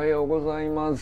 はようございます。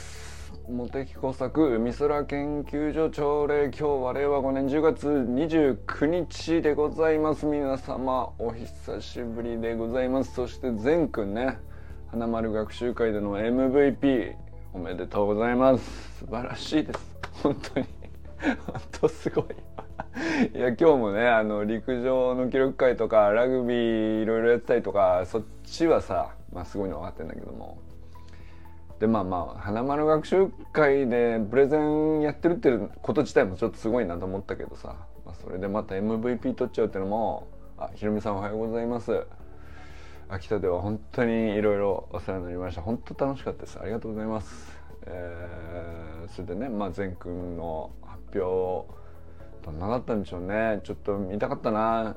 茂木工作美空研究所朝礼。今日は令和5年10月29日でございます。皆様お久しぶりでございます。そして善くんね、花丸学習会での MVP おめでとうございます。素晴らしいです、本当に本当すごいいや今日もね陸上の記録会とかラグビーいろいろやってたりとか、そっちはさすごいの分かってんだけども、で花丸学習会でプレゼンやってるってこと自体もちょっとすごいなと思ったけどさ、それでまた MVP 取っちゃうっていうのも、ひろみさんおはようございます。秋田では本当にいろいろお世話になりました。本当楽しかったです。ありがとうございます。それでね、善くんの発表どんなだったんでしょうね。ちょっと見たかったな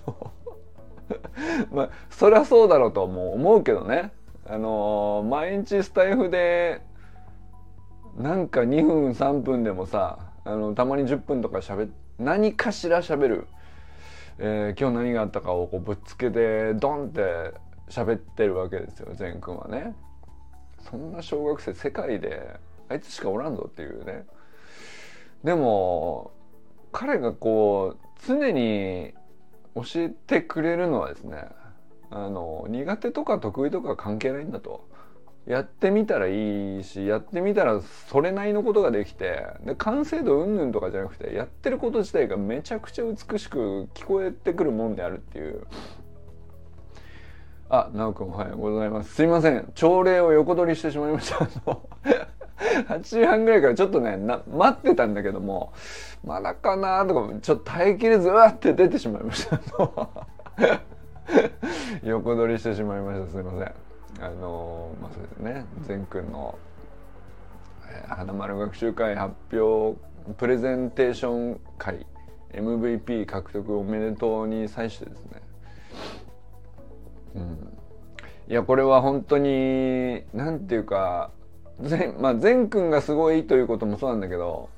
そりゃそうだろうとも思うけどね。毎日スタイフでなんか2分3分でもさ、たまに10分とか何かしら喋る、今日何があったかをこうぶっつけてドンって喋ってるわけですよ、善くんはね。そんな小学生世界であいつしかおらんぞっていうね。でも彼がこう常に教えてくれるのはですね、苦手とか得意とか関係ないんだと。やってみたらいいし、やってみたらそれなりのことができて、で完成度云々とかじゃなくて、やってること自体がめちゃくちゃ美しく聞こえてくるもんであるっていう。なおくんおはようございます。すいません、朝礼を横取りしてしまいました8時半ぐらいからちょっとね待ってたんだけども、まだかなとかちょっと耐えきれずわって出てしまいました横取りしてしまいました。すいません。それでね、善くんの、花丸学習会発表プレゼンテーション会 MVP 獲得おめでとうに際してですね、いやこれは本当になんていうか、善くんがすごいということもそうなんだけど、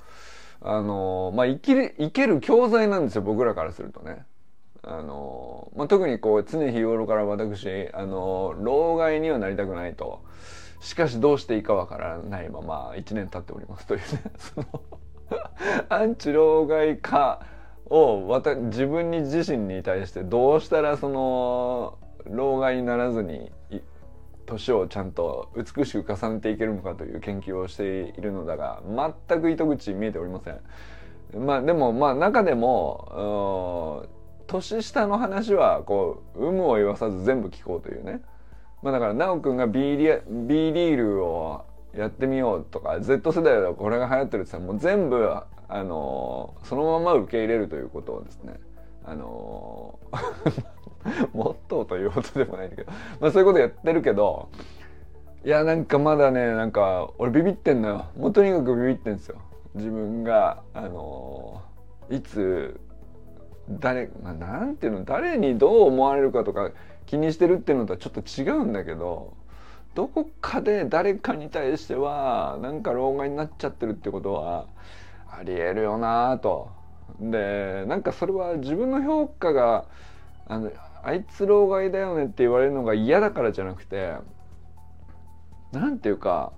生ける教材なんですよ、僕らからするとね。特にこう常日頃から私老害にはなりたくないと、しかしどうしていいかわからないまま1年経っておりますというねそのアンチ老害化を自分に自身に対してどうしたらその老害にならずに年をちゃんと美しく重ねていけるのかという研究をしているのだが、全く糸口見えておりません。でも中でも年下の話はこう有無を言わさず全部聞こうというね。だから奈くんが B リールをやってみようとか Z 世代ではこれが流行ってるって言ったらもう全部そのまま受け入れるということをですね、モットーということでもないんだけど、そういうことやってるけど、いやなんかまだね、なんか俺ビビってんのよ。もうとにかくビビってんですよ、自分がいつなんていうの、誰にどう思われるかとか気にしてるっていうのとはちょっと違うんだけど、どこかで誰かに対してはなんか老害になっちゃってるってことはありえるよなと。でなんかそれは自分の評価があいつ老害だよねって言われるのが嫌だからじゃなくて、なんていうか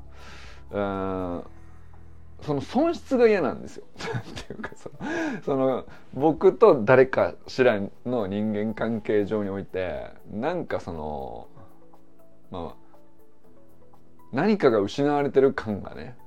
その損失が嫌なんですよっていうかその僕と誰かしらの人間関係上においてなんかその何かが失われてる感がね、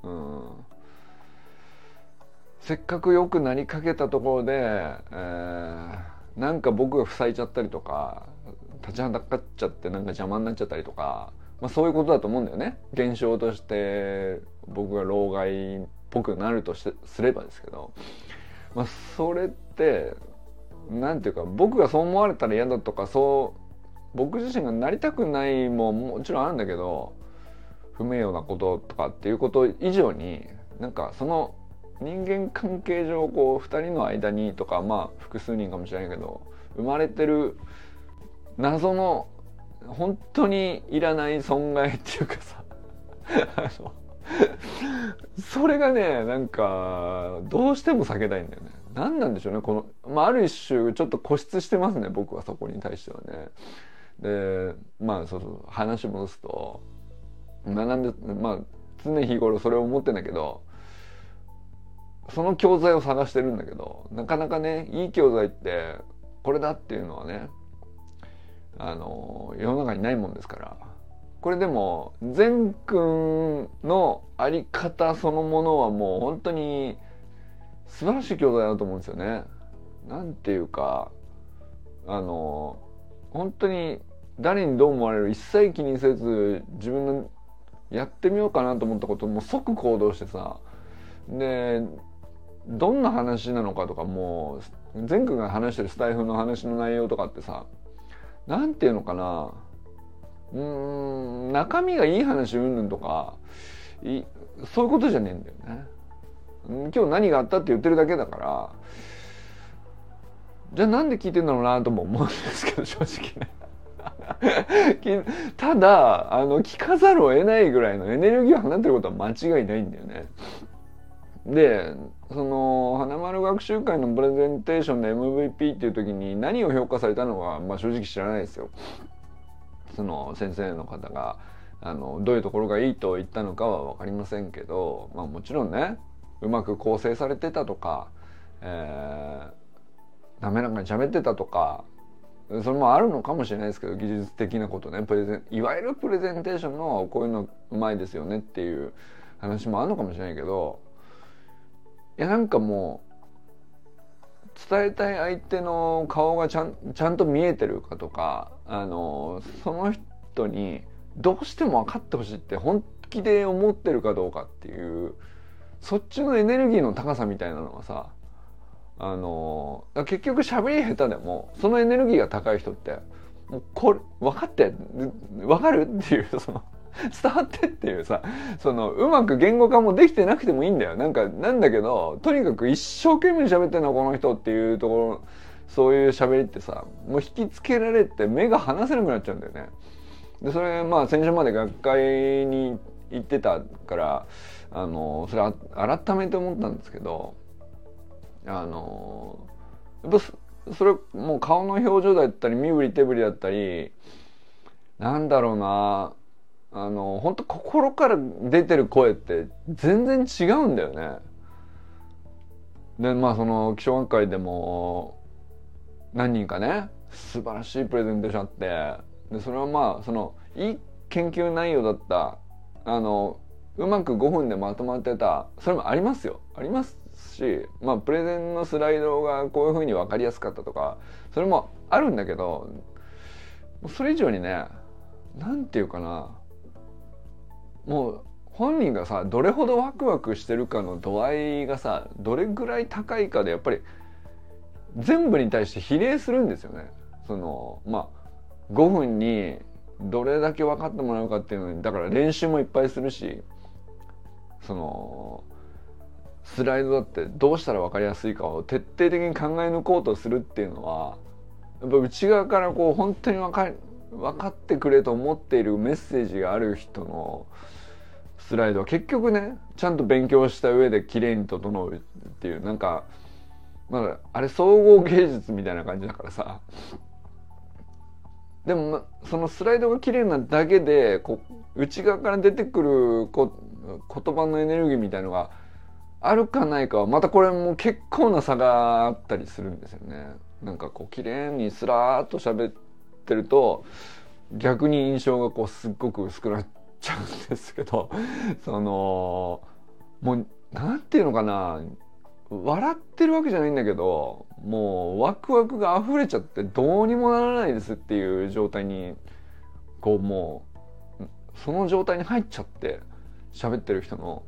せっかく良くなりかけたところで、なんか僕が塞いちゃったりとか立ちはだかっちゃってなんか邪魔になっちゃったりとか、そういうことだと思うんだよね。現象として僕が老害っぽくなるとすればですけど、それってなんていうか、僕がそう思われたら嫌だとか、僕自身がなりたくないももちろんあるんだけど、不名誉なこととかっていうこと以上になんかその人間関係上こう2人の間にとか複数人かもしれないけど生まれてる謎の本当にいらない損害っていうかさそれがねなんかどうしても避けたいんだよね。何なんでしょうね、この、ある一種ちょっと固執してますね、僕はそこに対してはね。でそう話戻すと、 学んで、まあ常日頃それを思ってんだけど、その教材を探してるんだけど、なかなかね、いい教材ってこれだっていうのはね、世の中にないもんですから。これでも善くんのあり方そのものはもう本当に素晴らしい教材だと思うんですよね。なんていうか、本当に誰にどう思われる一切気にせず、自分のやってみようかなと思ったことも即行動してさ、でどんな話なのかとかも善くんが話してるスタイフの話の内容とかってさ、なんていうのかな、中身がいい話うんぬんとかそういうことじゃねえんだよね。今日何があったって言ってるだけだから、じゃあなんで聞いてんだろうなとも思うんですけど、正直ねただ聞かざるを得ないぐらいのエネルギーを放ってることは間違いないんだよね。でその花丸学習会のプレゼンテーションで MVP っていう時に何を評価されたのか、まあ、正直知らないですよ。その先生の方がどういうところがいいと言ったのかは分かりませんけど、まあ、もちろんね、うまく構成されてたとか、滑らかに喋ってたとか、それもあるのかもしれないですけど、技術的なことね、いわゆるプレゼンテーションのこういうのうまいですよねっていう話もあるのかもしれないけど、いやなんかもう伝えたい相手の顔がちゃんと見えてるかとか、その人にどうしても分かってほしいって本気で思ってるかどうかっていう、そっちのエネルギーの高さみたいなのがさ、結局喋り下手でもそのエネルギーが高い人ってもうこれ分かって分かるっていう、その伝わってっていうさ、そのうまく言語化もできてなくてもいいんだよ。なんだけど、とにかく一生懸命喋ってんのこの人っていうところ、そういう喋りってさ、もう引きつけられて目が離せなくなっちゃうんだよね。でそれまあ先週まで学会に行ってたから、それ改めて思ったんですけど、やっぱそれもう顔の表情だったり身振り手振りだったり、なんだろうな、本当心から出てる声って全然違うんだよね。でまあその気象学会でも何人かね素晴らしいプレゼンテーションあって、でそれはまあそのいい研究内容だった、うまく5分でまとまってた、それもありますよ、ありますし、まあプレゼンのスライドがこういう風に分かりやすかったとか、それもあるんだけど、それ以上にね、なんていうかな、もう本人がさどれほどワクワクしてるかの度合いがさどれぐらい高いかでやっぱり全部に対して比例するんですよね。そのまあ5分にどれだけ分かってもらうかっていうのに、だから練習もいっぱいするし、そのスライドだってどうしたら分かりやすいかを徹底的に考え抜こうとするっていうのは、やっぱ内側からこう本当に分かってくれと思っているメッセージがある人のスライドは結局ね、ちゃんと勉強した上で綺麗に整うっていう、なんかまだあれ総合芸術みたいな感じだからさ。でもそのスライドが綺麗なだけでこう内側から出てくる言葉のエネルギーみたいのがあるかないかはまたこれも結構な差があったりするんですよね。なんかこう綺麗にスラーっと喋ってると逆に印象がこうすっごく薄くなっちゃうんですけど、そのもうなんていうのかな、笑ってるわけじゃないんだけど、もうワクワクが溢れちゃってどうにもならないですっていう状態にこう、もうその状態に入っちゃって喋ってる人の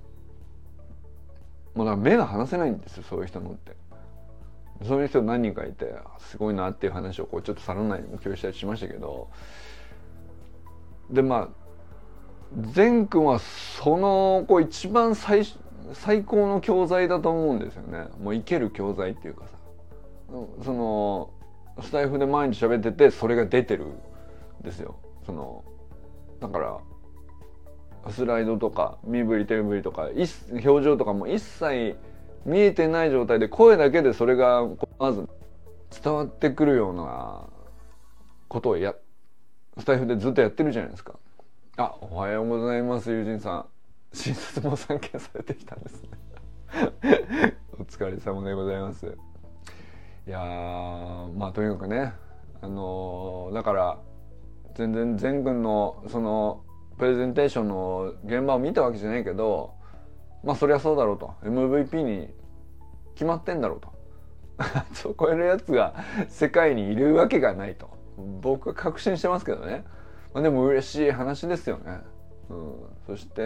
もうだから目が離せないんですよ、そういう人のって。そういう人何人かいてすごいなっていう話をこうちょっとさらないにも共有したりしましたけど、でまあ善くんはそのこう一番最高の教材だと思うんですよね。もう生ける教材っていうかさ、そのスタイフで毎日喋っててそれが出てるんですよ。そのだからスライドとか身振り手振りとか表情とかも一切見えてない状態で声だけでそれがまず伝わってくるようなことをスタイフでずっとやってるじゃないですか。 あ、おはようございます。友人さん、診察も参見されてきたんですね。お疲れ様でございます。いやー、まあとにかくね、だから全然全軍のそのプレゼンテーションの現場を見たわけじゃないけど、まあそりゃそうだろうと、 MVP に決まってんだろうとそう超えるやつが世界にいるわけがないと僕は確信してますけどね。まあ、でも嬉しい話ですよね。うん、そして、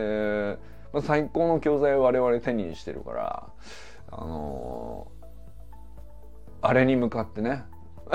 まあ、最高の教材を我々手にしてるから、あれに向かってね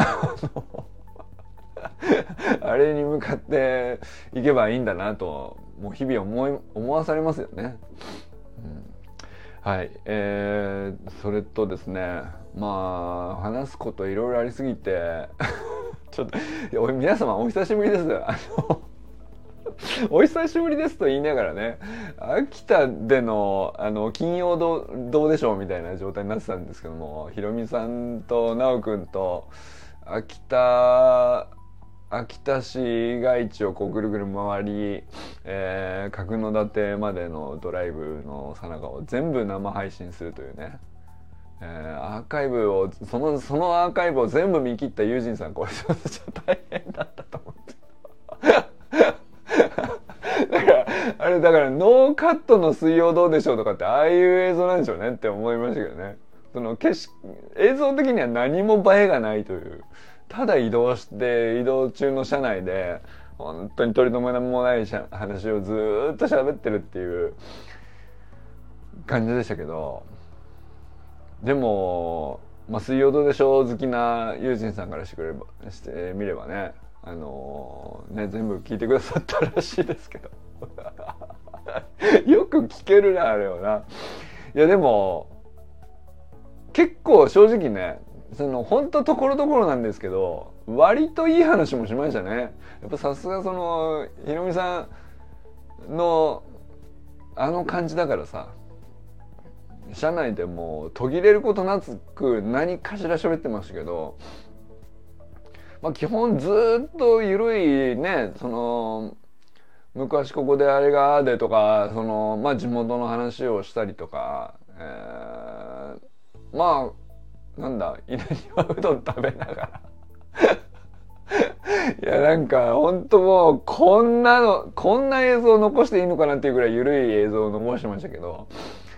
あれに向かっていけばいいんだなと、もう日々思わされますよね。うん、はい、それとですね、まあ話すこといろいろありすぎてちょっと皆様お久しぶりです。お久しぶりですと言いながらね、秋田での金曜どうでしょうみたいな状態になってたんですけども、ひろみさんとなおくんと秋田市街地をこうぐるぐる回り、角館までのドライブのさなかを全部生配信するというね、アーカイブをそのアーカイブを全部見切ったユージンさん、これちょっと大変だったと思ってだからノーカットの水曜どうでしょうとかって、ああいう映像なんでしょうねって思いましたけどね。その映像的には何も映えがないという、ただ移動中の車内で本当に取り留めもない話をずーっと喋ってるっていう感じでしたけど、でも、まあ、水曜どうでしょう好きなユージンさんからしてみればね、全部聞いてくださったらしいですけどよく聞けるなあれはな。いやでも結構正直ね、本当ところどころなんですけど割といい話もしましたね。やっぱさすがひろみさんの感じだからさ、社内でも途切れることなく何かしら喋ってましたけど、まあ、基本ずっと緩いね、昔ここであれがでとか、まあ、地元の話をしたりとか、まあなんだ、稲庭うどん食べながらいやなんか本当もうこんな映像を残していいのかなっていうぐらい緩い映像を残してましたけど、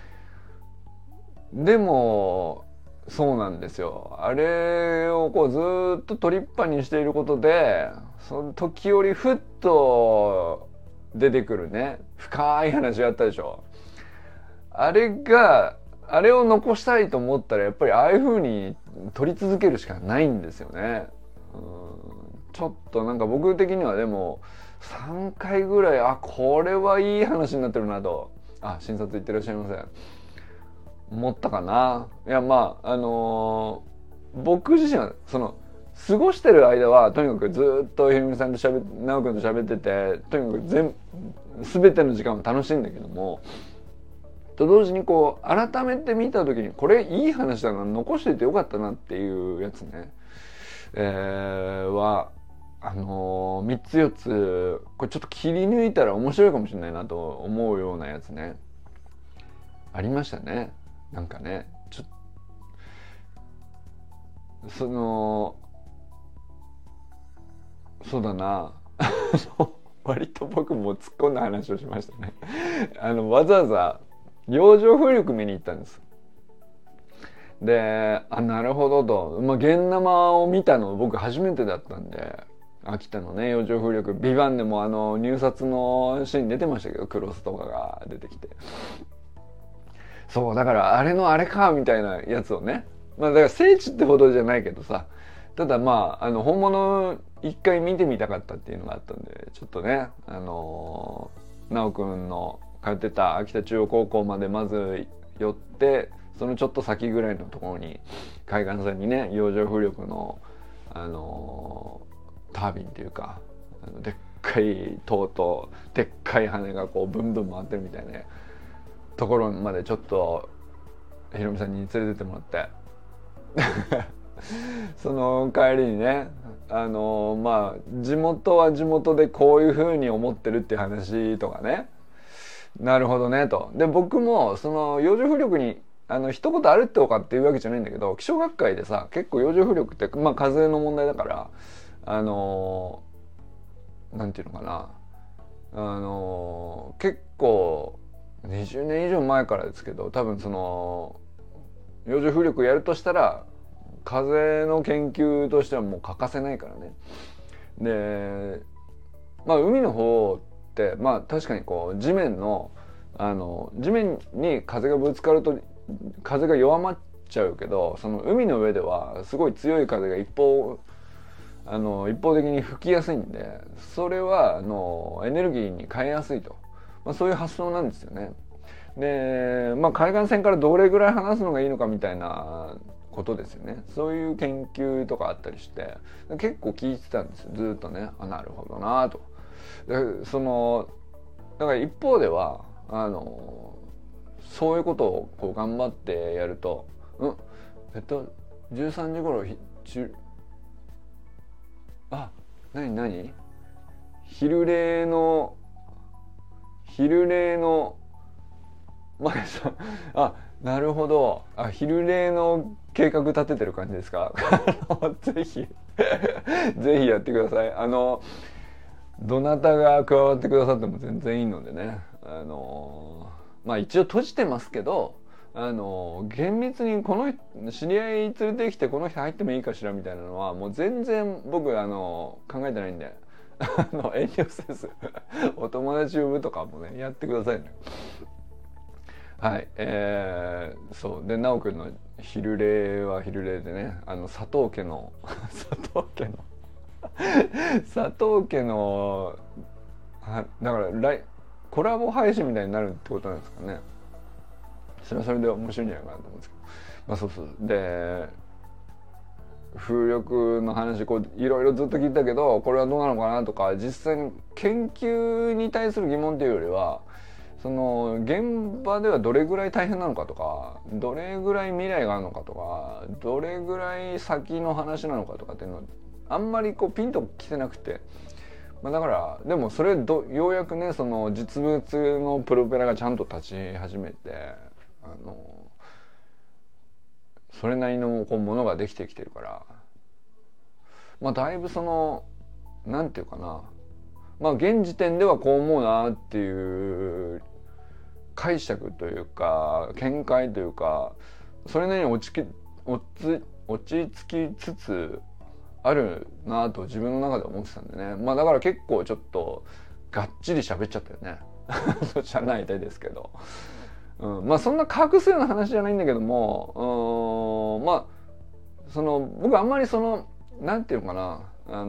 でもそうなんですよ。あれをこうずっと取りっぱにしていることで、その時折ふっと出てくるね深い話があったでしょ。あれを残したいと思ったらやっぱりああいう風に撮り続けるしかないんですよね。ちょっとなんか僕的にはでも3回ぐらいこれはいい話になってるなと、診察行ってらっしゃいませ、思ったかな。いやまあ僕自身は過ごしてる間はとにかくずっとひろみさんと直君と喋ってて、とにかく全ての時間を楽しいんだけども、と同時にこう改めて見た時にこれいい話だな、残していてよかったなっていうやつね、は3つ4つこれちょっと切り抜いたら面白いかもしれないなと思うようなやつねありましたね。なんかね、そうだな割と僕も突っ込んだ話をしましたねわざわざ洋上風力見に行ったんです。でなるほどと、現生を見たの僕初めてだったんで、秋田のね洋上風力ビバンでも入札のシーン出てましたけど、クロスとかが出てきて、そうだからあれのあれかみたいなやつをね、だから聖地ってほどじゃないけどさ、ただ本物一回見てみたかったっていうのがあったんで、ちょっとね直くんの通ってた秋田中央高校までまず寄って、そのちょっと先ぐらいのところに海岸線にね洋上風力のタービンっていうかでっかい塔とでっかい羽がこうブンブン回ってるみたいなところまでちょっとひろみさんに連れてってもらってその帰りにねまあ地元は地元でこういうふうに思ってるっていう話とかね。なるほどねと。で僕もその洋上風力に一言あるってとかっていうわけじゃないんだけど、気象学会でさ結構洋上風力ってまあ風の問題だからなんていうのかな結構20年以上前からですけど、多分その洋上風力やるとしたら風の研究としてはもう欠かせないからね。でまあ海の方ってまあ確かにこう地面に風がぶつかると風が弱まっちゃうけど、その海の上ではすごい強い風が一方的に吹きやすいんで、それはエネルギーに変えやすいと、まあ、そういう発想なんですよね。で、まあ、海岸線からどれぐらい離すのがいいのかみたいなことですよね。そういう研究とかあったりして結構聞いてたんですよ、ずっとね。なるほどなと。だから一方ではそういうことをこう頑張ってやると13時頃何昼礼の前さなるほど。昼礼の計画立ててる感じですか？ぜひぜひやってください。どなたが加わってくださっても全然いいのでね。まあ一応閉じてますけど厳密にこの知り合い連れてきてこの人入ってもいいかしらみたいなのはもう全然僕考えてないんで遠慮せずお友達呼ぶとかもねやってくださいね。はい、そうで直くんの昼礼は昼礼でね佐藤家の佐藤家のだからコラボ配信みたいになるってことなんですかね。それはそれで面白いんじゃないかなと思うんですけど、まあそうで風力の話こういろいろずっと聞いたけどこれはどうなのかなとか、実際に研究に対する疑問っていうよりはその現場ではどれぐらい大変なのかとか、どれぐらい未来があるのかとか、どれぐらい先の話なのかとかっていうのあんまりこうピンときてなくて、まあ、だからでもそれようやくねその実物のプロペラがちゃんと立ち始めてそれなりのこうものができてきてるから、まあだいぶそのなんていうかな、まあ現時点ではこう思うなっていう解釈というか見解というか、それなりに落ち着きつつあるなと自分の中で思ってたんでね。まあだから結構ちょっとがっちり喋っちゃったよね社内でですけど、まあそんな隠すような話じゃないんだけども、まあその僕あんまりそのなんていうのかな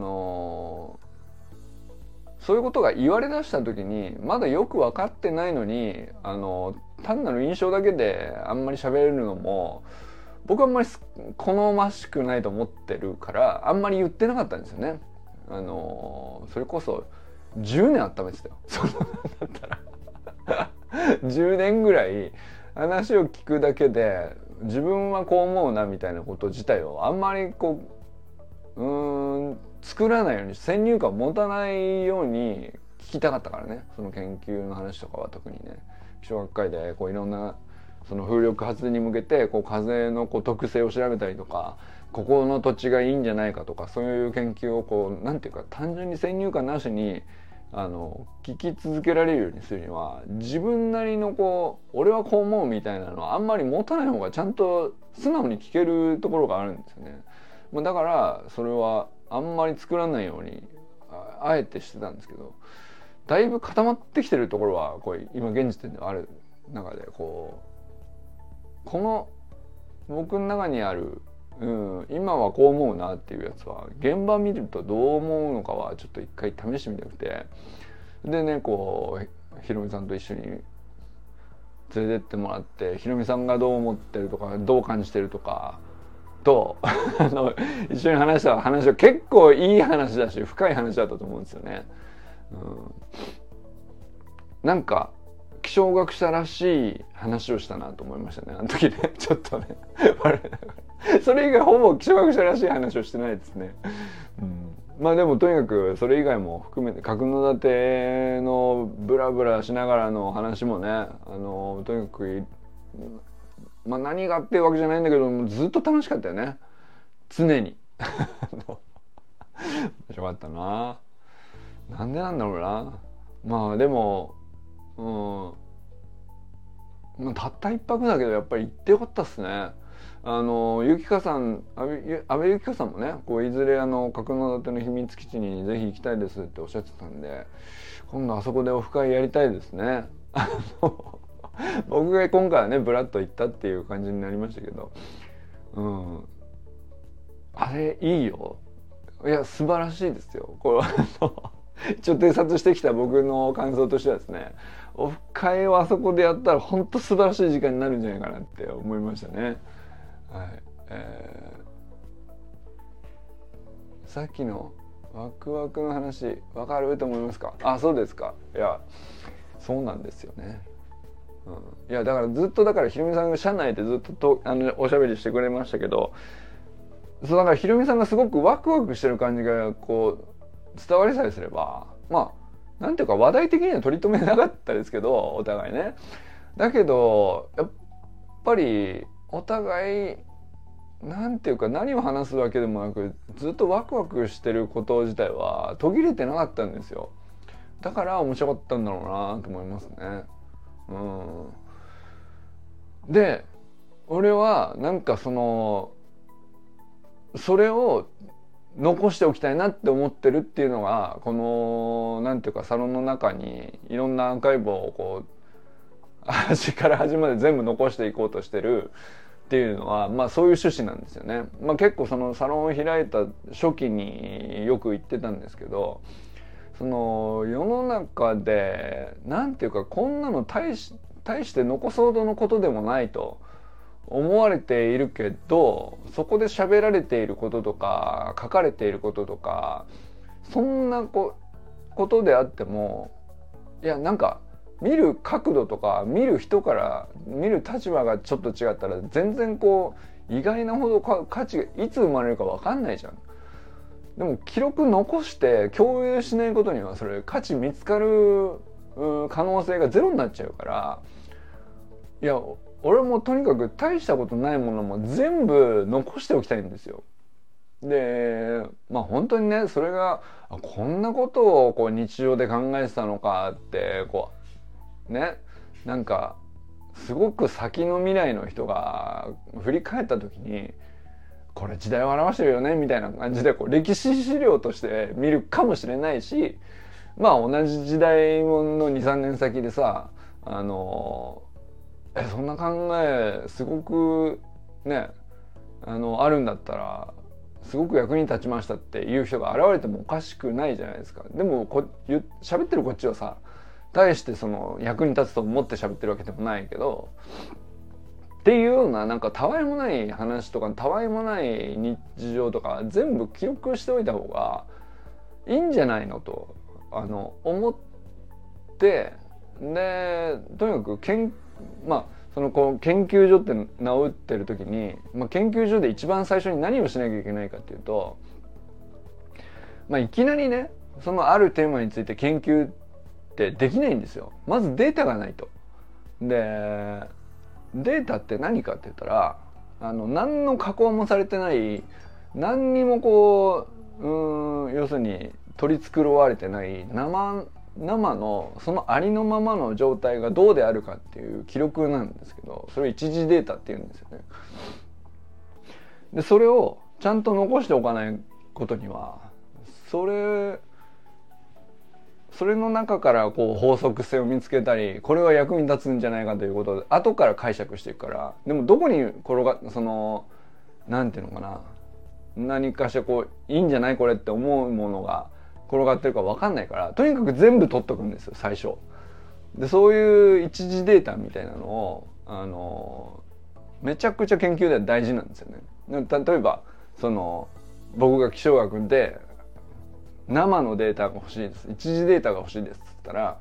そういうことが言われだした時にまだよく分かってないのに単なる印象だけであんまり喋れるのも僕はあんまり好ましくないと思ってるからあんまり言ってなかったんですよね。それこそ10年温めてたよそんなんだったら10年ぐらい話を聞くだけで自分はこう思うなみたいなこと自体をあんまりこう作らないように先入観を持たないように聞きたかったからね。その研究の話とかは特にね気象学会でこういろんなその風力発電に向けてこう風のこう特性を調べたりとか、ここの土地がいいんじゃないかとか、そういう研究をこうなんていうか単純に先入観なしに聞き続けられるようにするには自分なりのこう俺はこう思うみたいなのはあんまり持たない方がちゃんと素直に聞けるところがあるんですよね。だからそれはあんまり作らないようにあえてしてたんですけど、だいぶ固まってきてるところはこう今現時点ではある中でこの僕の中にある、今はこう思うなっていうやつは現場見るとどう思うのかはちょっと一回試してみたくて、でねこうひろみさんと一緒に連れてってもらってひろみさんがどう思ってるとかどう感じてるとかと一緒に話した話は結構いい話だし深い話だったと思うんですよね。なんか気象学者らしい話をしたなと思いましたねあの時ねちょっとねそれ以外ほぼ気象学者らしい話をしてないですね。 まあでもとにかくそれ以外も含めて角館のブラブラしながらの話もね、とにかくまあ何がっていうわけじゃないんだけどずっと楽しかったよね、常に面白かったな。なんでなんだろうな。まあでもまあ、たった一泊だけどやっぱり行ってよかったっすね。ゆきかさん、安倍ゆきかさんもね、こういずれ角館の秘密基地にぜひ行きたいですっておっしゃってたんで、今度あそこでオフ会やりたいですね。僕が今回はねブラッと行ったっていう感じになりましたけど、あれいいよ。いや素晴らしいですよ。これちょっと偵察してきた僕の感想としてはですね、オフ会をあそこでやったら本当素晴らしい時間になるんじゃないかなって思いましたね。はい、さっきのワクワクの話分かると思いますか？あ、そうですか。いやそうなんですよね。いやだからずっとひろみさんが社内でずっとおしゃべりしてくれましたけど、そうだからひろみさんがすごくワクワクしてる感じがこう伝わりさえすれば、まあなんていうか話題的には取り留めなかったですけどお互いね。だけどやっぱりお互いなんていうか何を話すわけでもなくずっとワクワクしてること自体は途切れてなかったんですよ。だから面白かったんだろうなと思いますね。で俺はなんかそれを残しておきたいなって思ってるっていうのがこのなんていうかサロンの中にいろんなアーカイブをこう端から端まで全部残していこうとしてるっていうのはまあそういう趣旨なんですよね。まあ結構そのサロンを開いた初期によく言ってたんですけど、その世の中でなんていうかこんなの大して残すほどのことでもないと思われているけど、そこで喋られていることとか書かれていることとかそんなことであっても、いやなんか見る角度とか見る人から見る立場がちょっと違ったら全然こう意外なほど価値がいつ生まれるか分かんないじゃん。でも記録残して共有しないことにはそれ価値見つかる可能性がゼロになっちゃうから、いや俺もとにかく大したことないものも全部残しておきたいんですよ。でまあ本当にねそれがこんなことをこう日常で考えてたのかってこうね、なんかすごく先の未来の人が振り返った時にこれ時代を表してるよねみたいな感じでこう歴史資料として見るかもしれないし、まあ同じ時代の 2,3 年先でさそんな考えすごくねあるんだったらすごく役に立ちましたっていう人が現れてもおかしくないじゃないですか。でも喋ってるこっちはさ大してその役に立つと思って喋ってるわけでもないけどっていうようななんかたわいもない話とかたわいもない日常とか全部記録しておいた方がいいんじゃないのと思って、でとにかくまあその研究所って名を打ってる時に、まあ、研究所で一番最初に何をしなきゃいけないかっていうと、まあ、いきなりねそのあるテーマについて研究ってできないんですよ。まずデータがないと。でデータって何かって言ったら何の加工もされてない何にも要するに取り繕われてない生のそのありのままの状態がどうであるかっていう記録なんですけど、それを一次データっていうんですよね。でそれをちゃんと残しておかないことにはそれの中から法則性を見つけたりこれは役に立つんじゃないかということで後から解釈していくから、でもどこになんていうのかな、何かしらいいんじゃないこれって思うものが転がってるか分かんないから、とにかく全部取っとくんですよ最初で。そういう一次データみたいなのをめちゃくちゃ研究では大事なんですよね。例えば僕が気象学で生のデータが欲しいです、一次データが欲しいですって言ったら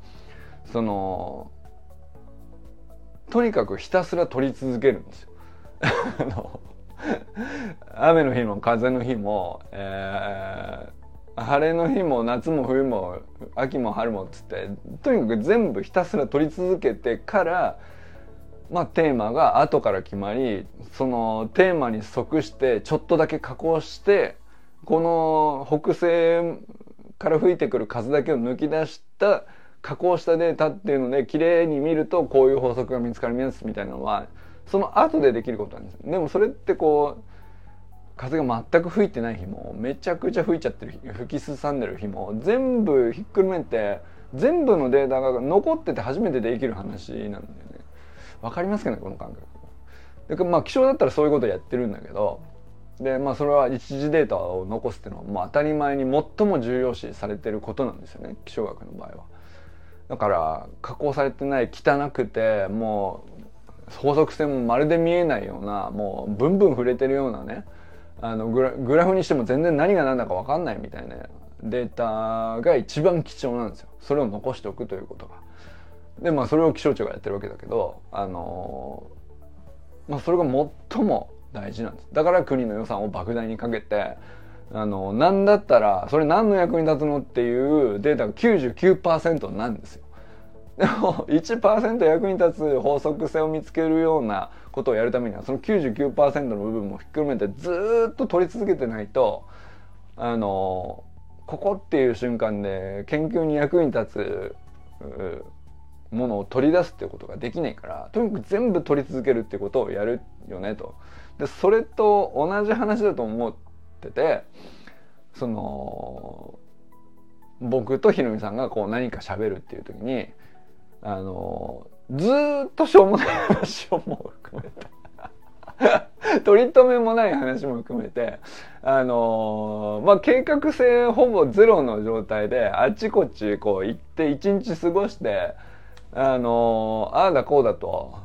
とにかくひたすら取り続けるんですよ。雨の日も風の日も、 晴れの日も夏も冬も秋も春もっつってとにかく全部ひたすら撮り続けてから、まあ、テーマが後から決まり、そのテーマに即してちょっとだけ加工して、この北西から吹いてくる風だけを抜き出した加工したデータっていうので綺麗に見るとこういう法則が見つかりますみたいなのはその後でできることなんですよ。でもそれってこう風が全く吹いてない日もめちゃくちゃ吹いちゃってる日、吹きすさんでる日も全部ひっくるめて全部のデータが残ってて初めてできる話なんだよね。わかりますかねこの感覚。でまあ気象だったらそういうことやってるんだけど、でまあそれは一次データを残すっていうのはもう当たり前に最も重要視されてることなんですよね、気象学の場合は。だから加工されてない汚くてもう法則性もまるで見えないような、もうブンブン触れてるようなね、グラフにしても全然何が何だか分かんないみたいなデータが一番貴重なんですよ。それを残しておくということが。でまあそれを気象庁がやってるわけだけど、まあそれが最も大事なんです。だから国の予算を莫大にかけて、なんだったらそれ何の役に立つのっていうデータが 99% なんですよ。でも 1% 役に立つ法則性を見つけるようなことをやるためにはその 99% の部分もひっくるめてずーっと取り続けてないと、ここっていう瞬間で研究に役に立つものを取り出すっていうことができないから、とにかく全部取り続けるっていうことをやるよねと。でそれと同じ話だと思ってて、その僕とひろみさんがこう何か喋るっていう時にずーっとしょうもない話をもう含めて取り留めもない話も含めてまあ計画性ほぼゼロの状態であっちこっちこう行って一日過ごしてああだこうだと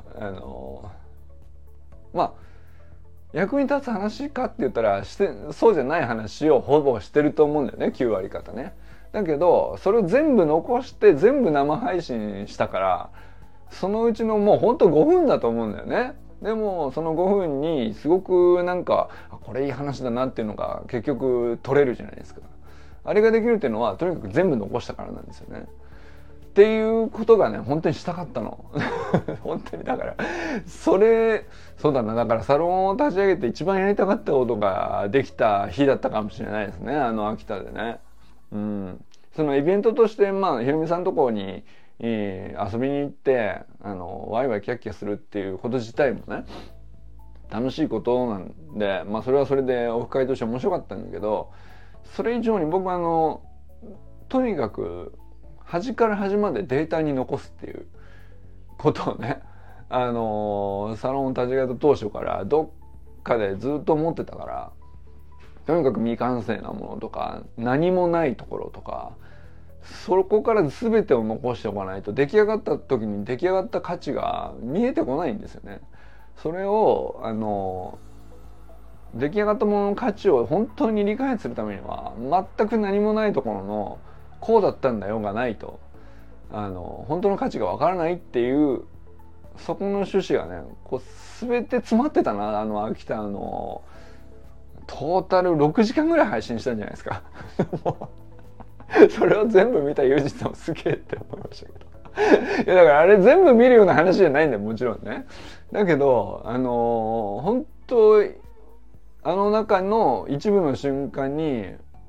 まあ役に立つ話かって言ったらそうじゃない話をほぼしてると思うんだよね、9割方ね。だけどそれを全部残して全部生配信したから、そのうちのもうほんと5分だと思うんだよね。でもその5分にすごくなんかこれいい話だなっていうのが結局取れるじゃないですか。あれができるっていうのはとにかく全部残したからなんですよね。っていうことがね本当にしたかったの本当に。だからそうだな、だからサロンを立ち上げて一番やりたかったことができた日だったかもしれないですね、秋田でね。そのイベントとしてまあひろみさんのところに遊びに行ってワイワイキャッキャするっていうこと自体もね楽しいことなんで、まあそれはそれでオフ会として面白かったんだけど、それ以上に僕はとにかく端から端までデータに残すっていうことをねサロンを立ち上げた当初からどっかでずっと思ってたから、とにかく未完成なものとか何もないところとかそこから全てを残しておかないと出来上がった時に出来上がった価値が見えてこないんですよね。それを出来上がったものの価値を本当に理解するためには全く何もないところのこうだったんだよがないと本当の価値がわからないっていうそこの趣旨がねこう全て詰まってたな。秋田トータル6時間ぐらい配信したんじゃないですかそれを全部見たユージさんもすげえって思いましたけどいやだからあれ全部見るような話じゃないんだよもちろんね。だけど本当中の一部の瞬間に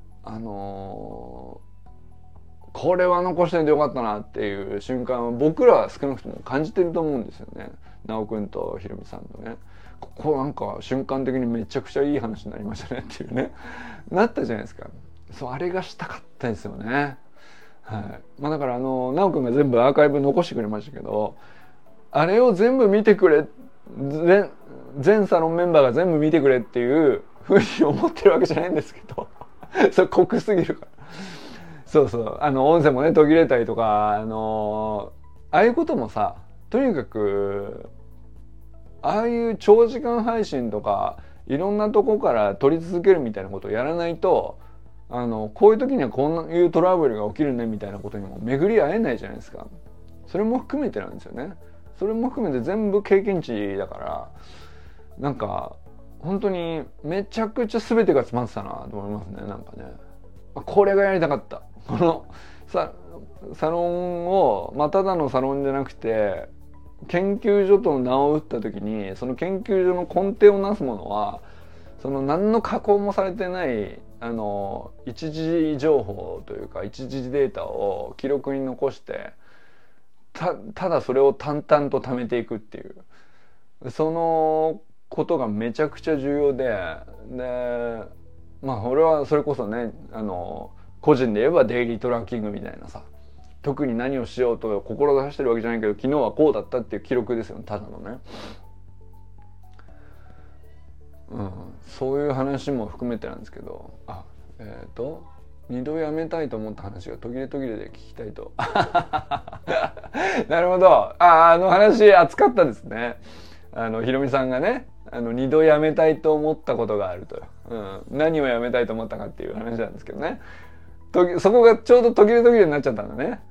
これは残しておいてよかったなっていう瞬間を僕らは少なくとも感じてると思うんですよね。直くんとひろみさんとね、ここなんか瞬間的にめちゃくちゃいい話になりましたねっていうねなったじゃないですか。そうあれがしたかったですよね。はい。まあだから直くんが全部アーカイブ残してくれましたけど、あれを全部見てくれ、全サロンメンバーが全部見てくれっていうふうに思ってるわけじゃないんですけどそれ濃すぎるからそう音声もね途切れたりとかああいうこともさ、とにかくああいう長時間配信とかいろんなとこから撮り続けるみたいなことをやらないとこういう時にはこういうトラブルが起きるねみたいなことにも巡り合えないじゃないですか。それも含めてなんですよね。それも含めて全部経験値だからなんか本当にめちゃくちゃ全てが詰まってたなと思いますね。なんかねこれがやりたかった。このサロンを、ただのサロンじゃなくて研究所と名を打った時に、その研究所の根底をなすものはその何の加工もされてない一時情報というか一時データを記録に残してただそれを淡々と貯めていくっていう、そのことがめちゃくちゃ重要で、俺はそれこそね個人で言えばデイリートラッキングみたいなさ、特に何をしようと志してるわけじゃないけど昨日はこうだったっていう記録ですよね、ただのね。そういう話も含めてなんですけど、2度やめたいと思った話が途切れ途切れで聞きたいとなるほど。あの話熱かったですね。ひろみさんがね2度やめたいと思ったことがあると、何をやめたいと思ったかっていう話なんですけどね、そこがちょうど途切れ途切れになっちゃったんだね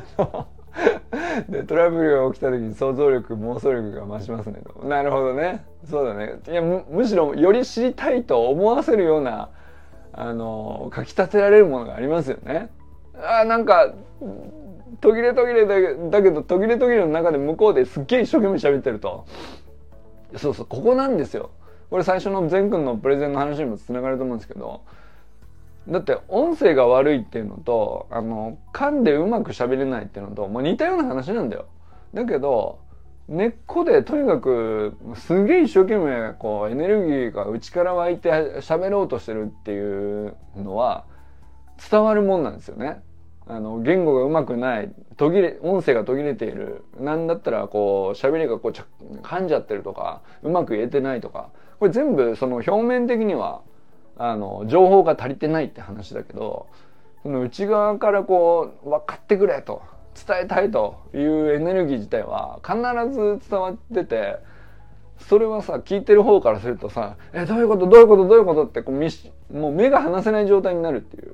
でトラブルが起きた時に想像力妄想力が増しますねと。なるほどね、そうだね。いや むしろより知りたいと思わせるようなかき立てられるものがありますよね。なんか途切れ途切れだけど途切れ途切れの中で向こうですっげえ一生懸命喋ってると、そうここなんですよ。これ最初の善くんのプレゼンの話にもつながると思うんですけど、だって音声が悪いっていうのと噛んでうまく喋れないっていうのともう似たような話なんだよ。だけど根っこでとにかくすげえ一生懸命エネルギーが内から湧いて喋ろうとしてるっていうのは伝わるもんなんですよね。言語がうまくない音声が途切れている、なんだったら喋りが噛んじゃってるとかうまく言えてないとか、これ全部その表面的には情報が足りてないって話だけど、その内側から分かってくれと伝えたいというエネルギー自体は必ず伝わってて、それはさ聞いてる方からするとさどういうことどういうことどういうことってもう目が離せない状態になるっていう。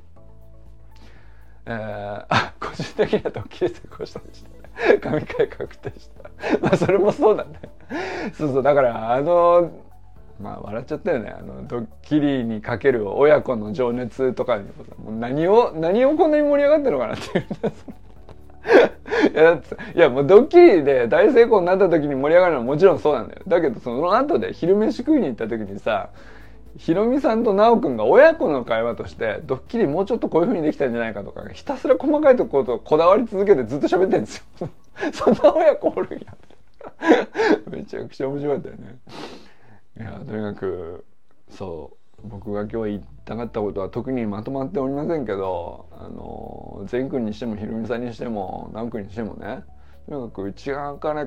個人的にはドッキリ成功したんでした神回確定したそれもそうだねそうだから笑っちゃったよね。ドッキリにかける親子の情熱とかにもう何をこんなに盛り上がってるのかなっていういやもうドッキリで大成功になった時に盛り上がるのはもちろんそうなんだよ。だけどその後で昼飯食いに行った時にさ、ひろみさんとなおくんが親子の会話としてドッキリもうちょっとこういう風にできたんじゃないかとかひたすら細かいところとこだわり続けてずっと喋ってるんですよそんな親子おるんやめちゃくちゃ面白かったよね。いやとにかく僕が今日言いたかったことは特にまとまっておりませんけど、善くんにしてもひろみさんにしてもなおくんにしてもね、とにかく内側から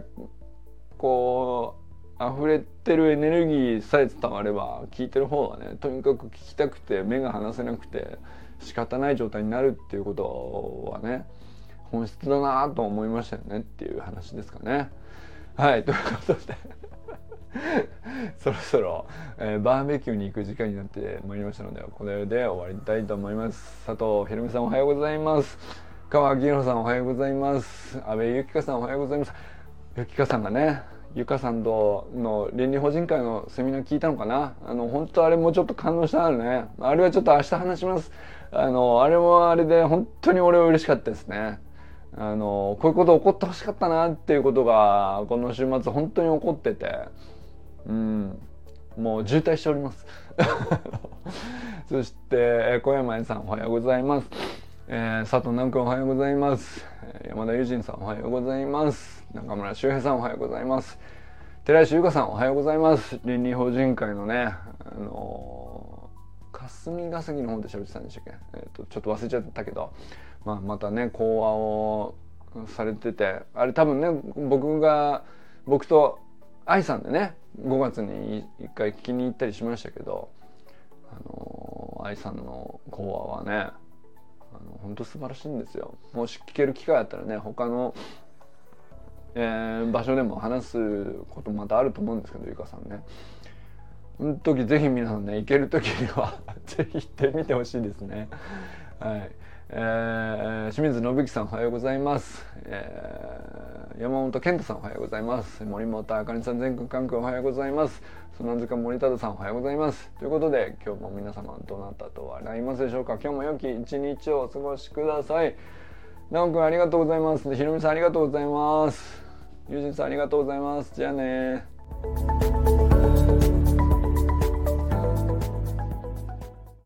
溢れてるエネルギーさえ伝われば聞いてる方はねとにかく聞きたくて目が離せなくて仕方ない状態になるっていうことはね本質だなと思いましたよねっていう話ですかね。はい、ということでそろそろ、バーベキューに行く時間になってまいりましたのでこれで終わりたいと思います。佐藤ひろみさんおはようございます。川明宏さんおはようございます。安倍ゆきかさんおはようございます。ゆきかさんがねゆかさんとの倫理法人会のセミナー聞いたのかな。本当あれもちょっと感動したのね。あれはちょっと明日話します。あれもあれで本当に俺は嬉しかったですね。こういうこと起こってほしかったなっていうことがこの週末本当に起こってて、もう渋滞しておりますそして小山さんおはようございます。佐藤南君おはようございます。山田友人さんおはようございます。中村修平さんおはようございます。寺石優香さんおはようございます。倫理法人会のね霞が関の方で喋ってたんでしたっけ、ちょっと忘れちゃったけど、またね講話をされてて、あれ多分ね僕と愛さんでね5月に1回聞きに行ったりしましたけど、愛さんの講話はね本当素晴らしいんですよ。もし聞ける機会あったらね他の、場所でも話すことまたあると思うんですけど、ゆかさんねその時ぜひ皆さんね行ける時にはぜひ行ってみてほしいですね。 はい清水信之さんおはようございます、山本健太さんおはようございます、森本あかねさん全国関係おはようございます、砂塚森忠さんおはようございます。ということで今日も皆様どなたと笑いますでしょうか。今日も良き一日をお過ごしください。なおくんありがとうございます。ひろみさんありがとうございます。ゆうじんさんありがとうございます。じゃあね。